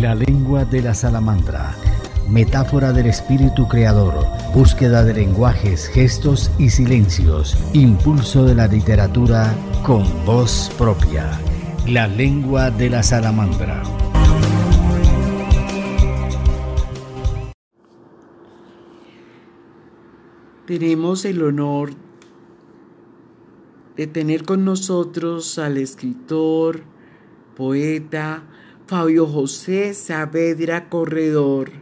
La lengua de la salamandra, metáfora del espíritu creador, búsqueda de lenguajes, gestos y silencios, impulso de la literatura con voz propia. La lengua de la salamandra. Tenemos el honor de tener con nosotros al escritor, poeta Fabio José Saavedra Corredor.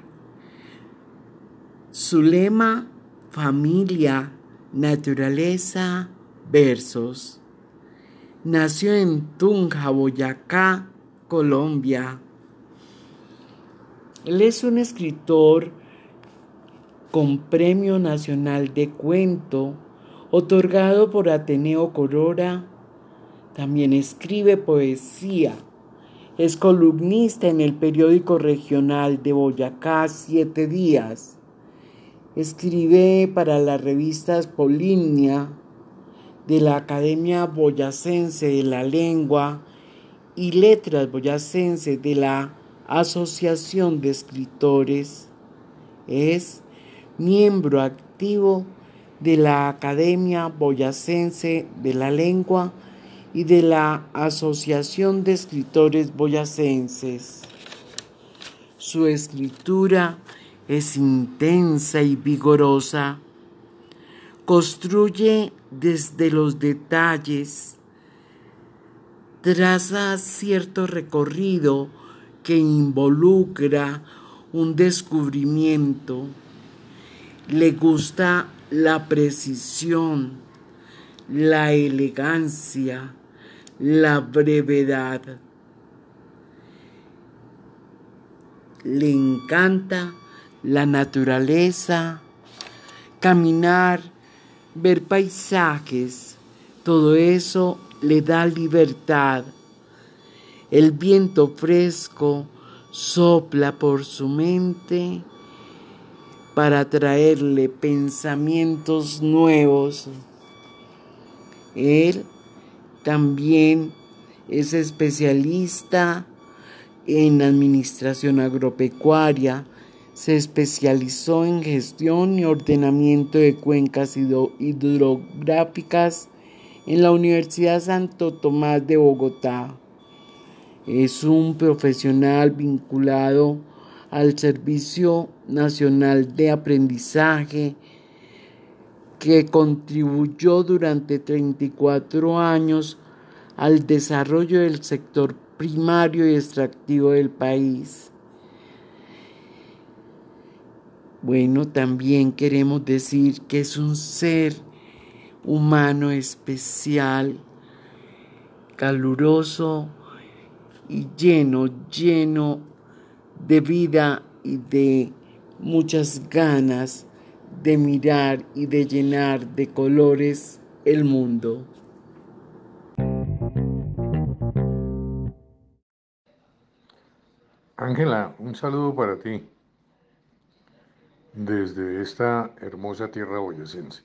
Su lema: familia, naturaleza, versos. Nació en Tunja, Boyacá, Colombia. Él es un escritor con Premio Nacional de Cuento, otorgado por Ateneo Corora. También escribe poesía. Es columnista en el periódico regional de Boyacá, 7 Días. Escribe para las revistas Polinia de la Academia Boyacense de la Lengua y Letras Boyacense de la Asociación de Escritores. Es miembro activo de la Academia Boyacense de la Lengua y de la Asociación de Escritores Boyacenses. Su escritura es intensa y vigorosa. Construye desde los detalles, traza cierto recorrido que involucra un descubrimiento. Le gusta la precisión, la elegancia, la brevedad. Le encanta la naturaleza, caminar, ver paisajes. Todo eso le da libertad. El viento fresco sopla por su mente para traerle pensamientos nuevos. Él también es especialista en administración agropecuaria. Se especializó en gestión y ordenamiento de cuencas hidrográficas en la Universidad Santo Tomás de Bogotá. Es un profesional vinculado al Servicio Nacional de Aprendizaje que contribuyó durante 34 años al desarrollo del sector primario y extractivo del país. Bueno, también queremos decir que es un ser humano especial, caluroso y lleno de vida y de muchas ganas de mirar y de llenar de colores el mundo. Ángela, un saludo para ti desde esta hermosa tierra boyacense.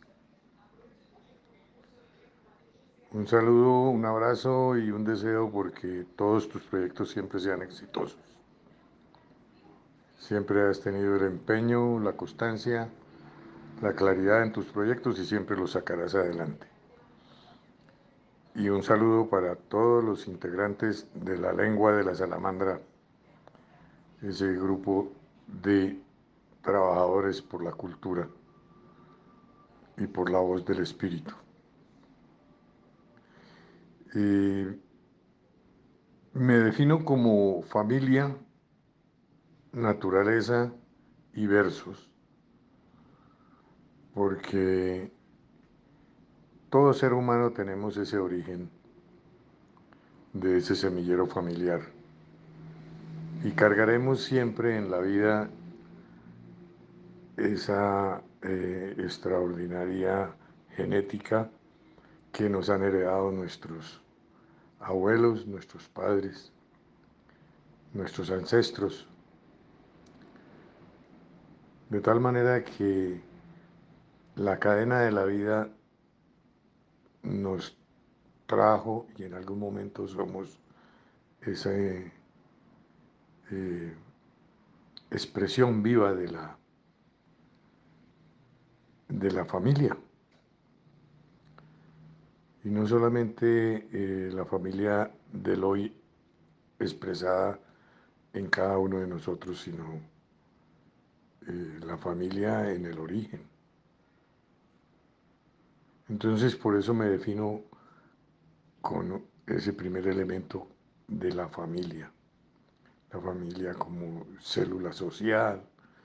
Un saludo, un abrazo y un deseo porque todos tus proyectos siempre sean exitosos. Siempre has tenido el empeño, la constancia, la claridad en tus proyectos y siempre los sacarás adelante. Y un saludo para todos los integrantes de la lengua de la salamandra, ese grupo de trabajadores por la cultura y por la voz del espíritu. Me defino como familia, naturaleza y versos, porque todo ser humano tenemos ese origen de ese semillero familiar y cargaremos siempre en la vida esa extraordinaria genética que nos han heredado nuestros abuelos, nuestros padres, nuestros ancestros, de tal manera que la cadena de la vida nos trajo y en algún momento somos ese expresión viva de la familia. Y no solamente la familia del hoy expresada en cada uno de nosotros, sino la familia en el origen. Entonces, por eso me defino con ese primer elemento de la familia como célula social,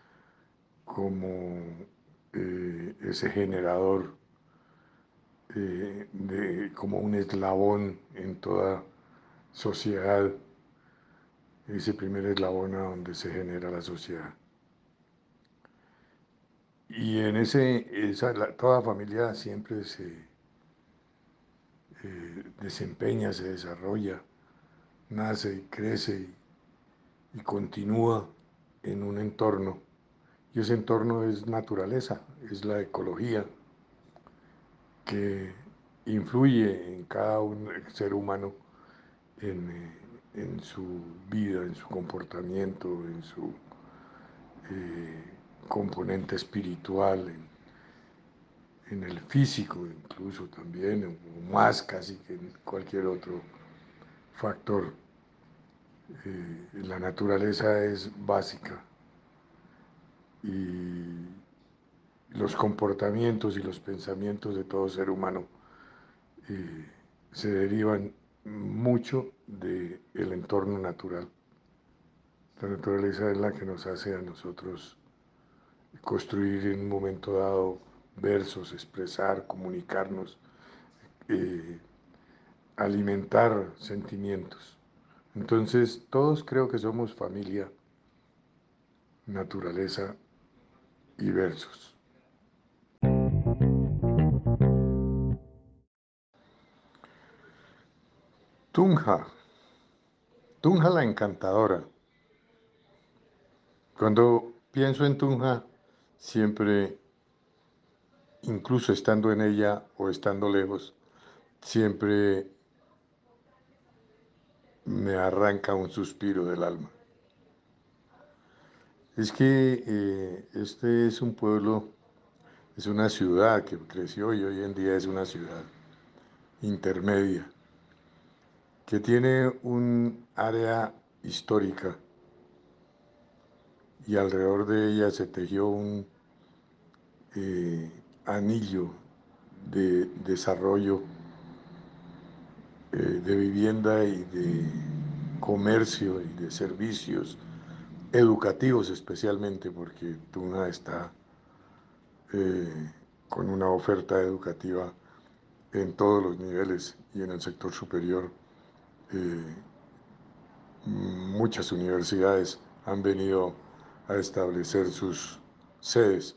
como ese generador, como un eslabón en toda sociedad, ese primer eslabón a donde se genera la sociedad. Y en toda familia siempre se desempeña, se desarrolla, nace y crece y continúa en un entorno. Y ese entorno es naturaleza, es la ecología que influye en cada ser humano en su vida, en su comportamiento, en su componente espiritual, en el físico incluso también, o más casi que en cualquier otro factor. La naturaleza es básica y los comportamientos y los pensamientos de todo ser humano se derivan mucho del entorno natural. La naturaleza es la que nos hace a nosotros construir en un momento dado versos, expresar, comunicarnos, alimentar sentimientos. Entonces, todos creo que somos familia, naturaleza y versos. Tunja, Tunja la encantadora. Cuando pienso en Tunja, siempre, incluso estando en ella o estando lejos, siempre me arranca un suspiro del alma. Es que este es un pueblo, es una ciudad que creció y hoy en día es una ciudad intermedia, que tiene un área histórica y alrededor de ella se tejió un anillo de desarrollo, de vivienda y de comercio y de servicios educativos especialmente, porque Tuna está con una oferta educativa en todos los niveles y en el sector superior. eh, Muchas universidades han venido a establecer sus sedes,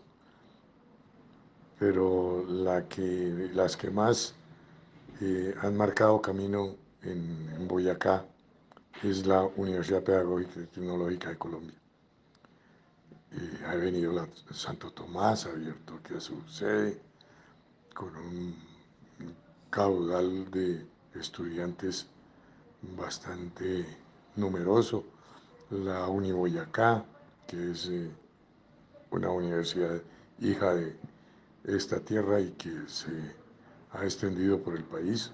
pero las que más han marcado camino en Boyacá es la Universidad Pedagógica y Tecnológica de Colombia. Ha venido Santo Tomás, ha abierto aquí a su sede, con un caudal de estudiantes bastante numeroso. La Uniboyacá, que es una universidad hija de esta tierra y que se ha extendido por el país.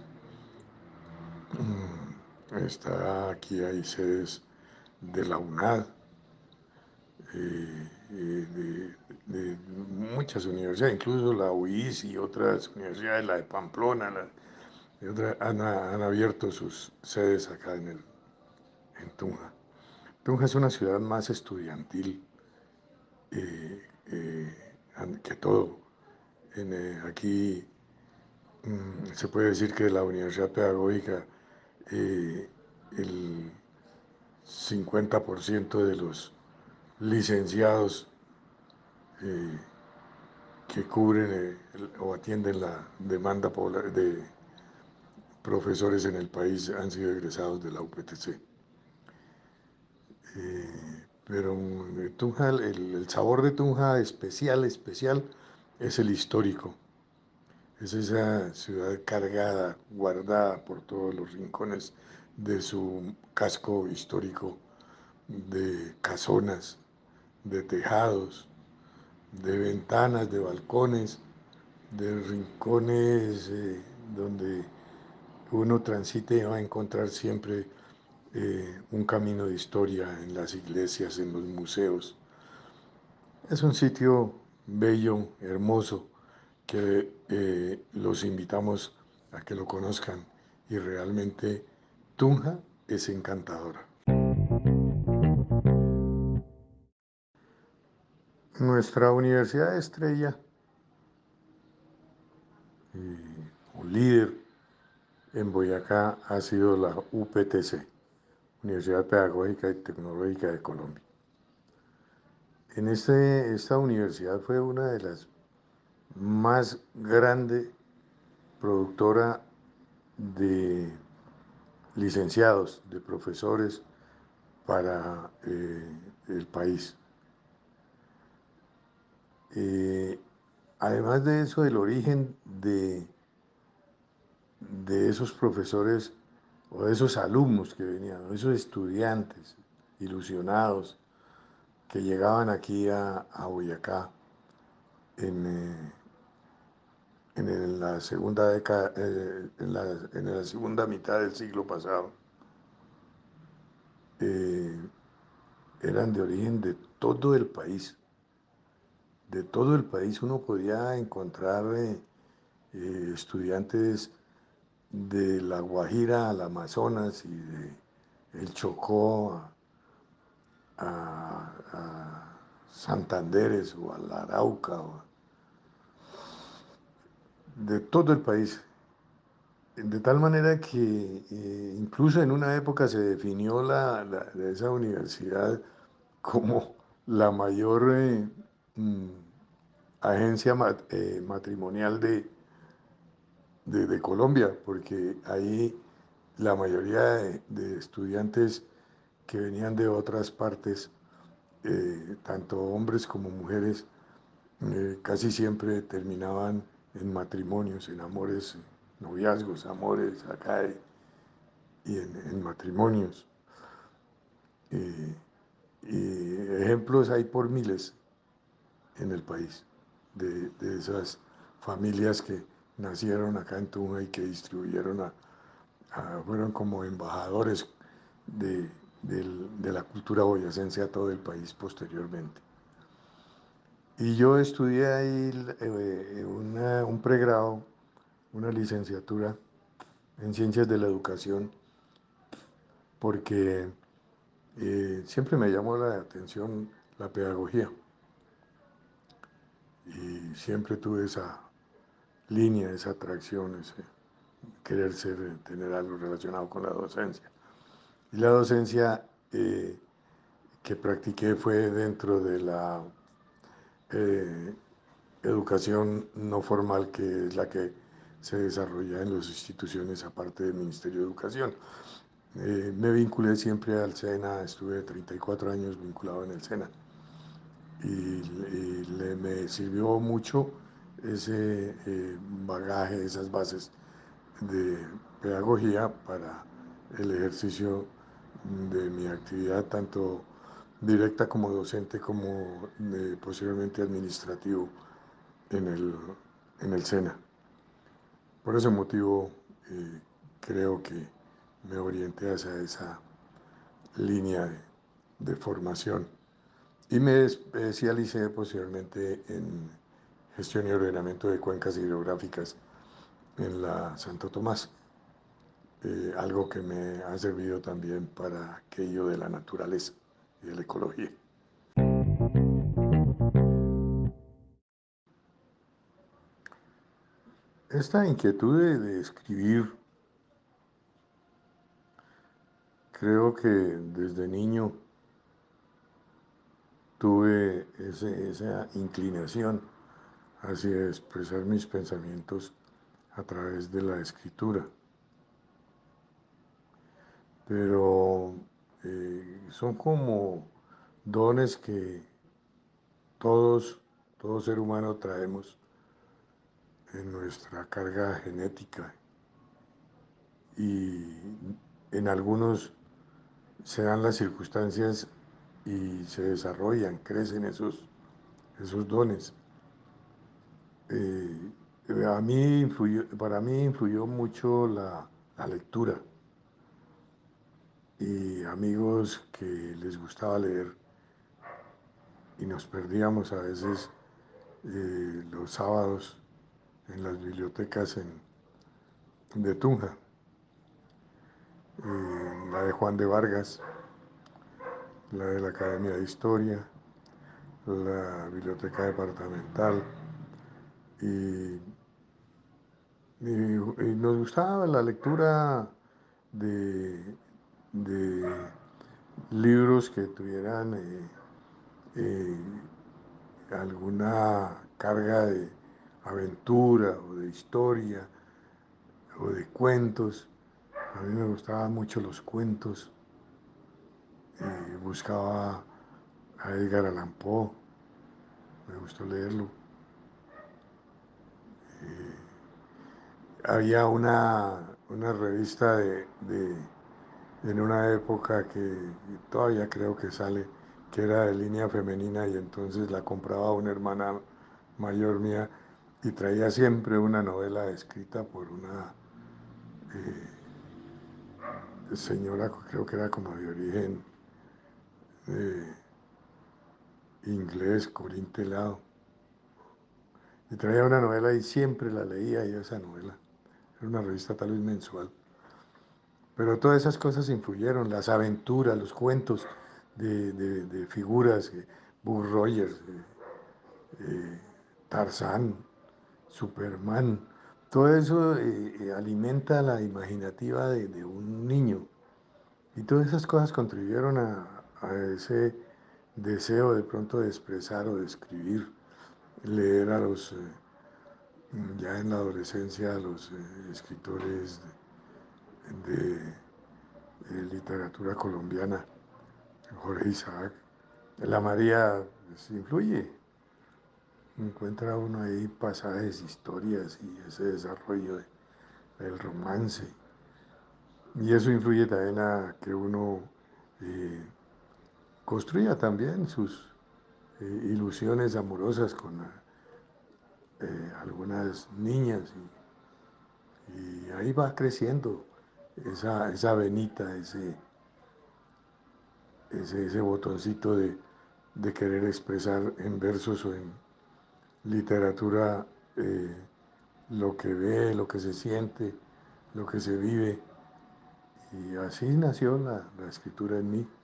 Está aquí, hay sedes de la UNAD, de muchas universidades, incluso la UIS y otras universidades, la de Pamplona, han abierto sus sedes acá en Tunja. Tunja es una ciudad más estudiantil que todo. Aquí se puede decir que la Universidad Pedagógica, el 50% de los licenciados que cubren o atienden la demanda de profesores en el país han sido egresados de la UPTC. Pero Tunja, el sabor de Tunja especial es el histórico. Es esa ciudad cargada, guardada por todos los rincones de su casco histórico de casonas, de tejados, de ventanas, de balcones, de rincones donde uno transite y va a encontrar siempre un camino de historia en las iglesias, en los museos. Es un sitio bello, hermoso, que los invitamos a que lo conozcan y realmente Tunja es encantadora. Nuestra universidad estrella o líder en Boyacá ha sido la UPTC, Universidad Pedagógica y Tecnológica de Colombia. Esta universidad fue una de las más grandes productora de licenciados, de profesores para el país. Además de eso, el origen de esos profesores o de esos alumnos que venían, o esos estudiantes ilusionados que llegaban aquí a Boyacá en, la segunda década, en la segunda mitad del siglo pasado, eh, eran de origen de todo el país. De todo el país uno podía encontrar estudiantes de La Guajira al Amazonas y de el Chocó a Santanderes o al Arauca, de todo el país. De tal manera que incluso en una época se definió esa universidad como la mayor mm, agencia matrimonial de Colombia, porque ahí la mayoría de estudiantes que venían de otras partes, tanto hombres como mujeres, casi siempre terminaban en matrimonios, en amores, noviazgos, amores acá y en matrimonios. Eh, y ejemplos hay por miles en el país de esas familias que nacieron acá en Tunja y que distribuyeron fueron como embajadores de la cultura boyacense a todo el país posteriormente. Y yo estudié ahí un pregrado, una licenciatura en Ciencias de la Educación, porque siempre me llamó la atención la pedagogía y siempre tuve esa línea, esa atracción, ese querer tener algo relacionado con la docencia. Y la docencia que practiqué fue dentro de la eh, educación no formal, que es la que se desarrolla en las instituciones aparte del Ministerio de Educación. Me vinculé siempre al SENA, estuve 34 años vinculado en el SENA y me sirvió mucho ese bagaje, esas bases de pedagogía para el ejercicio de mi actividad, tanto directa como docente, como posteriormente administrativo en en el SENA. Por ese motivo, creo que me orienté hacia esa línea de formación y me especialicé posteriormente en gestión y ordenamiento de cuencas hidrográficas en la Santo Tomás, algo que me ha servido también para aquello de la naturaleza y de la ecología. Esta inquietud de escribir, creo que desde niño tuve esa inclinación hacia expresar mis pensamientos a través de la escritura. Pero son como dones que todos, todo ser humano traemos en nuestra carga genética y en algunos se dan las circunstancias y se desarrollan, crecen esos dones. Para mí influyó mucho la lectura y amigos que les gustaba leer y nos perdíamos a veces los sábados en las bibliotecas de Tunja, la de Juan de Vargas, la de la Academia de Historia, la biblioteca departamental y, y nos gustaba la lectura de, de libros que tuvieran eh, alguna carga de aventura o de historia o de cuentos. A mí me gustaban mucho los cuentos. Buscaba a Edgar Allan Poe, me gustó leerlo. Había una revista en una época que todavía creo que sale, que era de línea femenina y entonces la compraba una hermana mayor mía y traía siempre una novela escrita por una señora, creo que era como de origen eh, inglés, Corín Telado. Y traía una novela y siempre la leía yo esa novela. Era una revista tal vez mensual. Pero todas esas cosas influyeron, las aventuras, los cuentos de figuras, Buck Rogers, Tarzán, Superman. Todo eso alimenta la imaginativa de un niño. Y todas esas cosas contribuyeron a ese deseo de pronto de expresar o de escribir, leer ya en la adolescencia a los escritores de literatura colombiana, Jorge Isaac. La María pues, influye, encuentra uno ahí pasajes, historias y ese desarrollo del romance. Y eso influye también a que uno eh, construya también sus ilusiones amorosas con algunas niñas y ahí va creciendo esa venita, ese botoncito de querer expresar en versos o en literatura lo que ve, lo que se siente, lo que se vive. Y así nació la escritura en mí.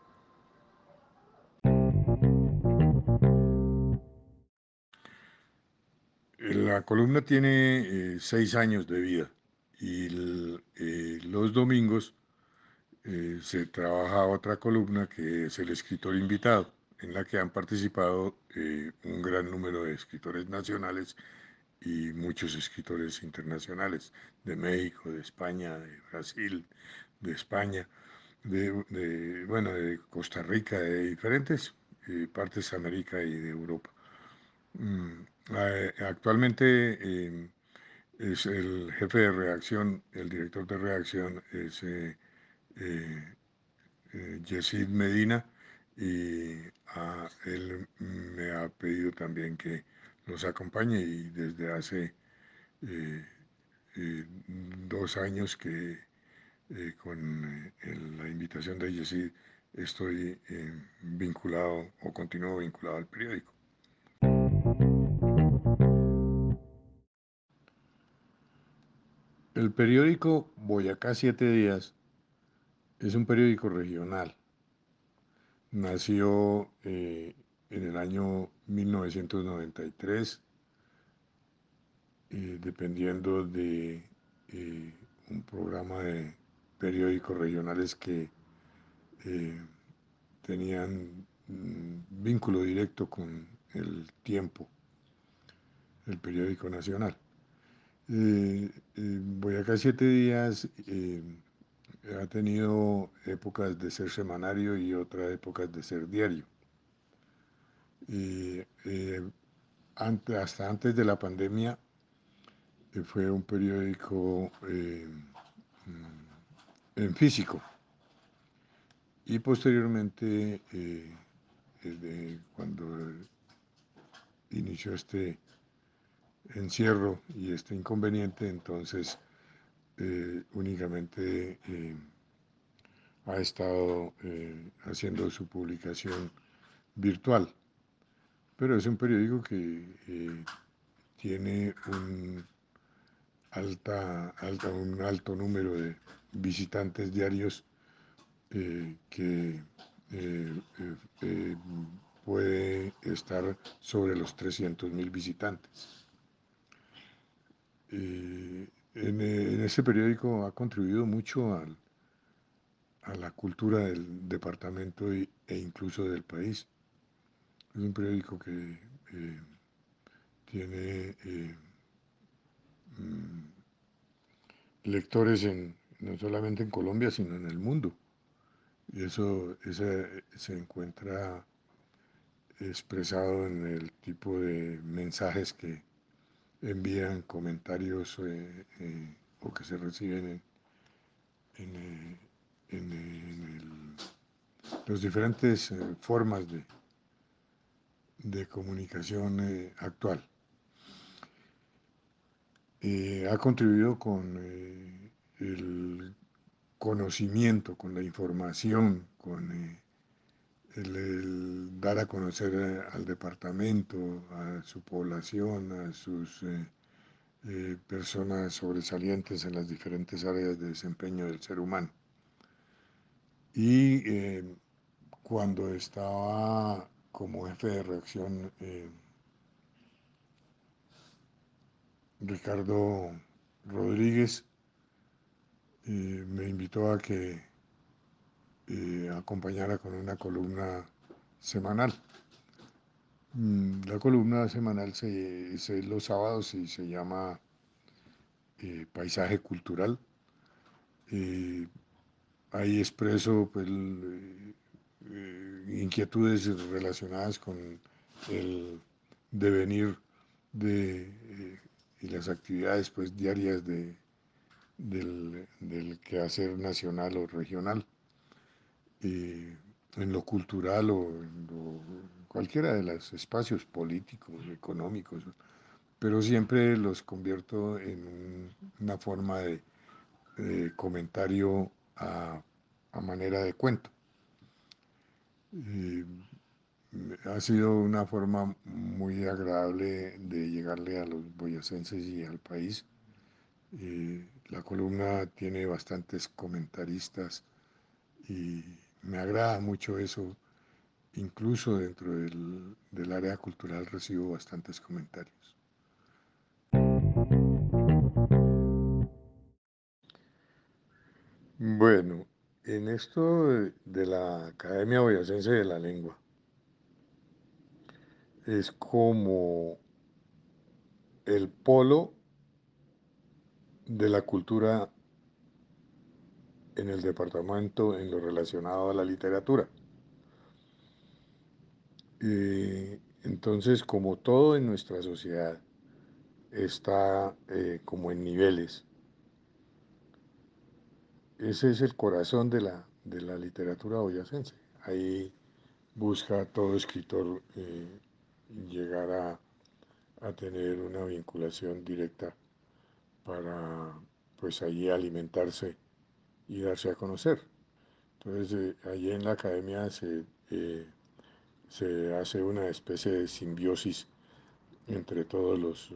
La columna tiene 6 años de vida y los domingos se trabaja otra columna que es el escritor invitado, en la que han participado un gran número de escritores nacionales y muchos escritores internacionales de México, de España, de Brasil, de España, bueno, de Costa Rica, de diferentes partes de América y de Europa. Actualmente es el jefe de redacción, el director de redacción es eh, Yesid Medina y él me ha pedido también que los acompañe y desde hace eh, 2 años que con la invitación de Yesid estoy vinculado o continúo vinculado al periódico. El periódico Boyacá Siete Días es un periódico regional. Nació en el año 1993, dependiendo de eh, un programa de periódicos regionales que eh, tenían vínculo directo con el Tiempo, el periódico nacional. Boyacá Siete Días ha tenido épocas de ser semanario y otras épocas de ser diario. Y, hasta antes de la pandemia fue un periódico en físico Y posteriormente, cuando inició este encierro y este inconveniente, entonces únicamente ha estado haciendo su publicación virtual. Pero es un periódico que tiene un alto número de visitantes diarios que puede estar sobre los 300.000 visitantes. En ese periódico ha contribuido mucho a la cultura del departamento e incluso del país. Es un periódico que tiene lectores no solamente en Colombia, sino en el mundo. Y eso se encuentra expresado en el tipo de mensajes que envían, comentarios o que se reciben en, las diferentes formas de comunicación actual. Ha contribuido con el conocimiento, con la información, con el dar a conocer al departamento, a su población, a sus personas sobresalientes en las diferentes áreas de desempeño del ser humano. Y cuando estaba como jefe de redacción Ricardo Rodríguez, me invitó a que acompañara con una columna semanal. La columna semanal es los sábados y se llama Paisaje Cultural. Ahí expreso pues, inquietudes relacionadas con el devenir y las actividades pues, diarias del quehacer nacional o regional, en lo cultural o en cualquiera de los espacios políticos, económicos, pero siempre los convierto en una forma de comentario a manera de cuento. Eh, Ha sido una forma muy agradable de llegarle a los boyacenses y al país. La columna tiene bastantes comentaristas y me agrada mucho eso. Incluso dentro del área cultural recibo bastantes comentarios. Bueno, en esto de la Academia Boyacense de la Lengua, es como el polo de la cultura en el departamento en lo relacionado a la literatura. Entonces, como todo en nuestra sociedad está como en niveles, ese es el corazón de la literatura boyacense. Ahí busca todo escritor llegar a tener una vinculación directa para pues allí alimentarse y darse a conocer. Entonces allí en la academia se hace una especie de simbiosis entre todos los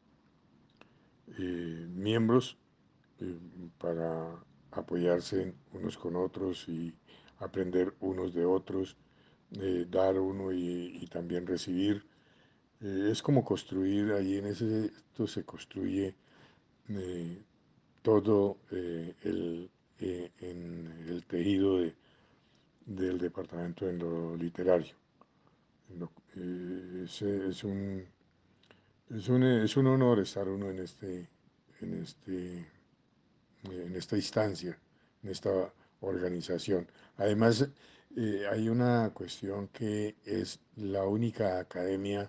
miembros eh, para apoyarse unos con otros y aprender unos de otros, dar uno y también recibir. Es como construir, ahí en esto se construye eh, todo en el tejido del departamento en lo literario. Es un honor estar uno en este, en esta instancia, en esta organización. Además, hay una cuestión que es la única academia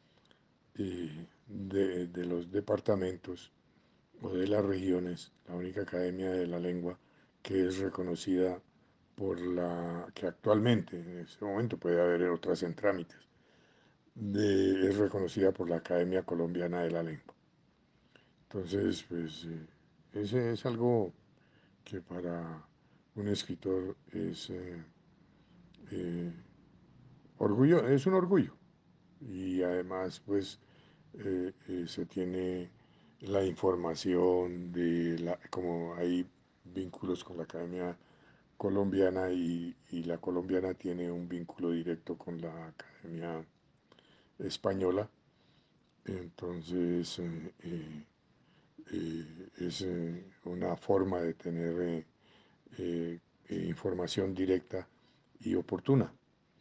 de los departamentos o de las regiones, la única academia de la lengua que es reconocida que actualmente, en este momento puede haber otras en trámites, es reconocida por la Academia Colombiana de la Lengua. Entonces, pues, ese es algo que para un escritor eh, es un orgullo. Y además, pues, se tiene la información como hay vínculos con la Academia Colombiana y la colombiana tiene un vínculo directo con la Academia Española. Entonces, es una forma de tener información directa y oportuna.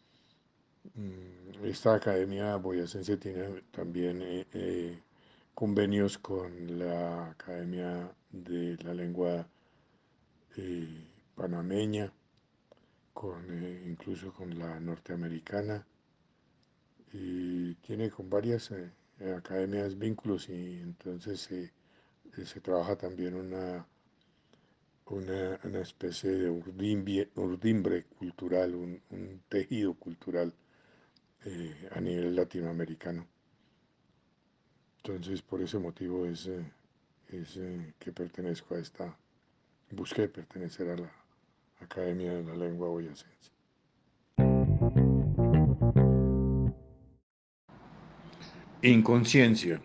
Esta academia boyacense tiene también convenios con la Academia de la Lengua Panameña, incluso con la norteamericana, y tiene con varias academias vínculos y entonces se trabaja también una especie de urdimbre cultural, un tejido cultural a nivel latinoamericano. Entonces, por ese motivo es que pertenezco a busqué pertenecer a la Academia de la Lengua Boyacense. Inconsciencia.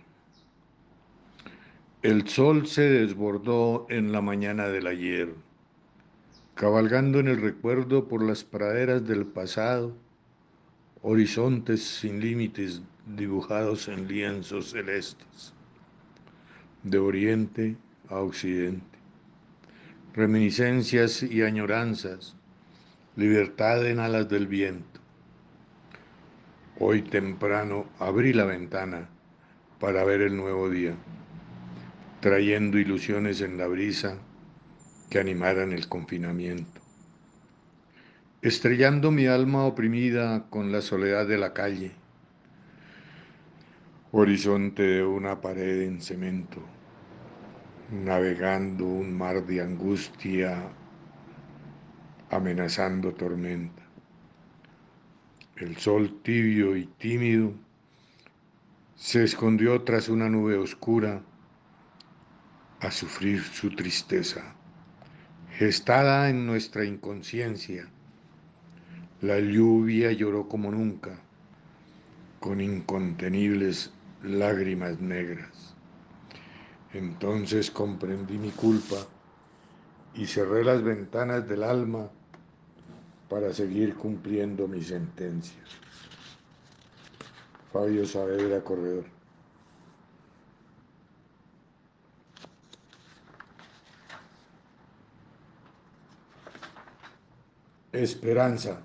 El sol se desbordó en la mañana del ayer, cabalgando en el recuerdo por las praderas del pasado, horizontes sin límites dibujados en lienzos celestes, de oriente a occidente, reminiscencias y añoranzas, libertad en alas del viento. Hoy temprano abrí la ventana para ver el nuevo día, trayendo ilusiones en la brisa que animaran el confinamiento, estrellando mi alma oprimida con la soledad de la calle, horizonte de una pared en cemento, navegando un mar de angustia, amenazando tormenta. El sol tibio y tímido se escondió tras una nube oscura a sufrir su tristeza. Gestada en nuestra inconsciencia, la lluvia lloró como nunca, con incontenibles lágrimas negras. Entonces comprendí mi culpa y cerré las ventanas del alma para seguir cumpliendo mi sentencia. Fabio Saavedra Corredor. Esperanza.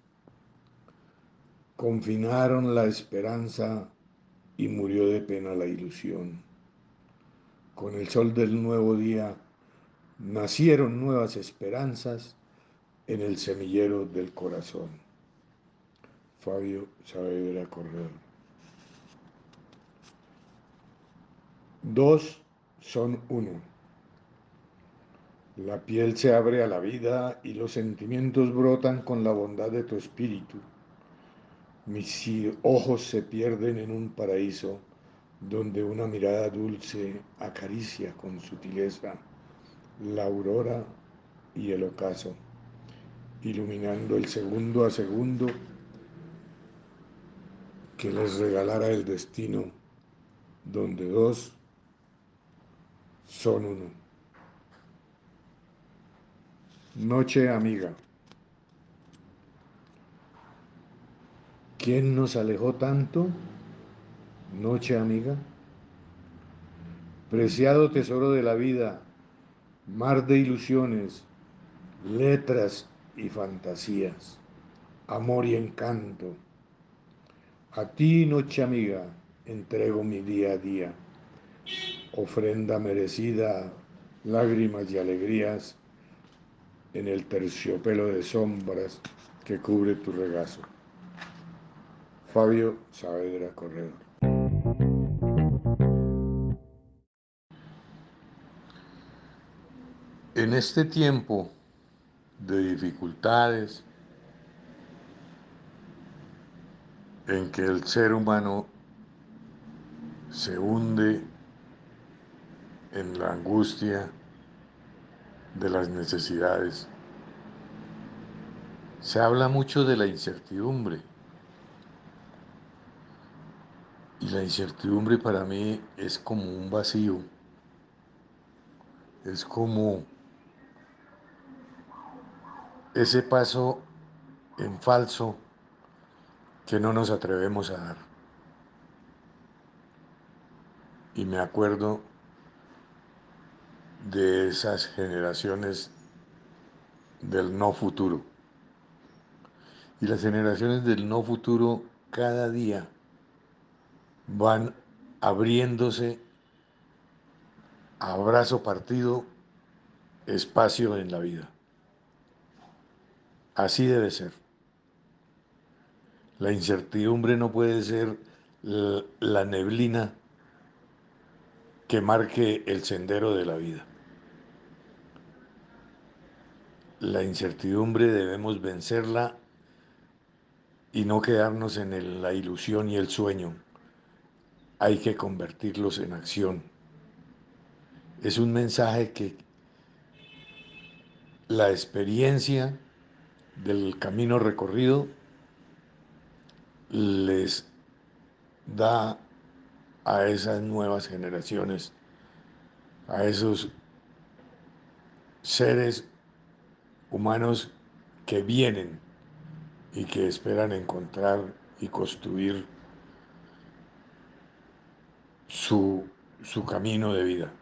Confinaron la esperanza y murió de pena la ilusión. Con el sol del nuevo día nacieron nuevas esperanzas en el semillero del corazón. Fabio Saavedra Corredor. Dos son uno. La piel se abre a la vida y los sentimientos brotan con la bondad de tu espíritu. Mis ojos se pierden en un paraíso donde una mirada dulce acaricia con sutileza la aurora y el ocaso, iluminando el segundo a segundo que les regalara el destino, donde dos son uno. Noche amiga. ¿Quién nos alejó tanto? Noche amiga. Preciado tesoro de la vida, mar de ilusiones, letras y fantasías, amor y encanto. A ti, noche amiga, entrego mi día a día, ofrenda merecida, lágrimas y alegrías en el terciopelo de sombras que cubre tu regazo. Fabio Saavedra Corredor. En este tiempo de dificultades, en que el ser humano se hunde en la angustia de las necesidades. Se habla mucho de la incertidumbre, y la incertidumbre para mí es como un vacío, es como ese paso en falso que no nos atrevemos a dar. Y me acuerdo de esas generaciones del no futuro. Y las generaciones del no futuro cada día van abriéndose a brazo partido espacio en la vida. Así debe ser. La incertidumbre no puede ser la neblina que marque el sendero de la vida. La incertidumbre debemos vencerla y no quedarnos en la ilusión y el sueño. Hay que convertirlos en acción. Es un mensaje que la experiencia del camino recorrido les da a esas nuevas generaciones, a esos seres humanos que vienen y que esperan encontrar y construir su, su camino de vida.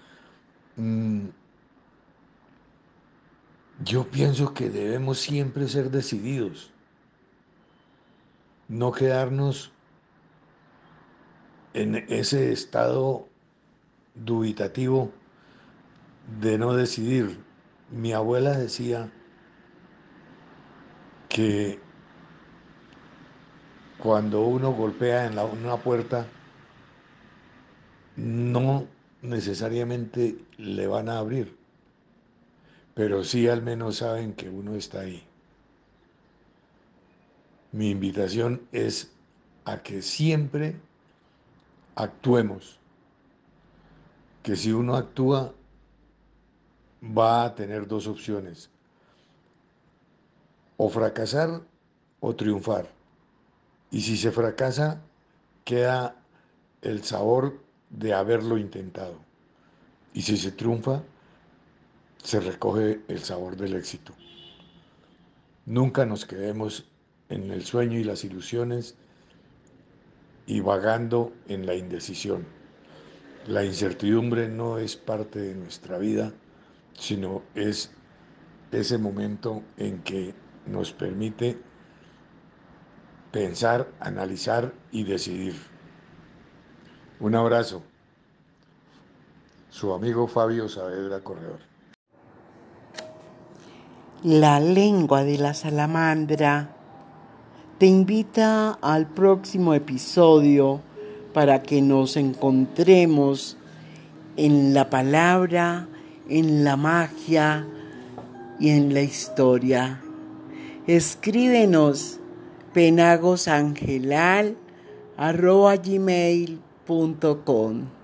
Yo pienso que debemos siempre ser decididos, no quedarnos en ese estado dubitativo de no decidir. Mi abuela decía que cuando uno golpea en una puerta, no necesariamente le van a abrir, pero sí al menos saben que uno está ahí. Mi invitación es a que siempre actuemos, que si uno actúa va a tener dos opciones, o fracasar o triunfar. Y si se fracasa, queda el sabor de haberlo intentado. Y si se triunfa, se recoge el sabor del éxito. Nunca nos quedemos en el sueño y las ilusiones y vagando en la indecisión. La incertidumbre no es parte de nuestra vida, sino es ese momento en que nos permite pensar, analizar y decidir. Un abrazo. Su amigo Fabio Saavedra Corredor. La lengua de la salamandra te invita al próximo episodio para que nos encontremos en la palabra, en la magia y en la historia. Escríbenos penagosangelal@gmail.com.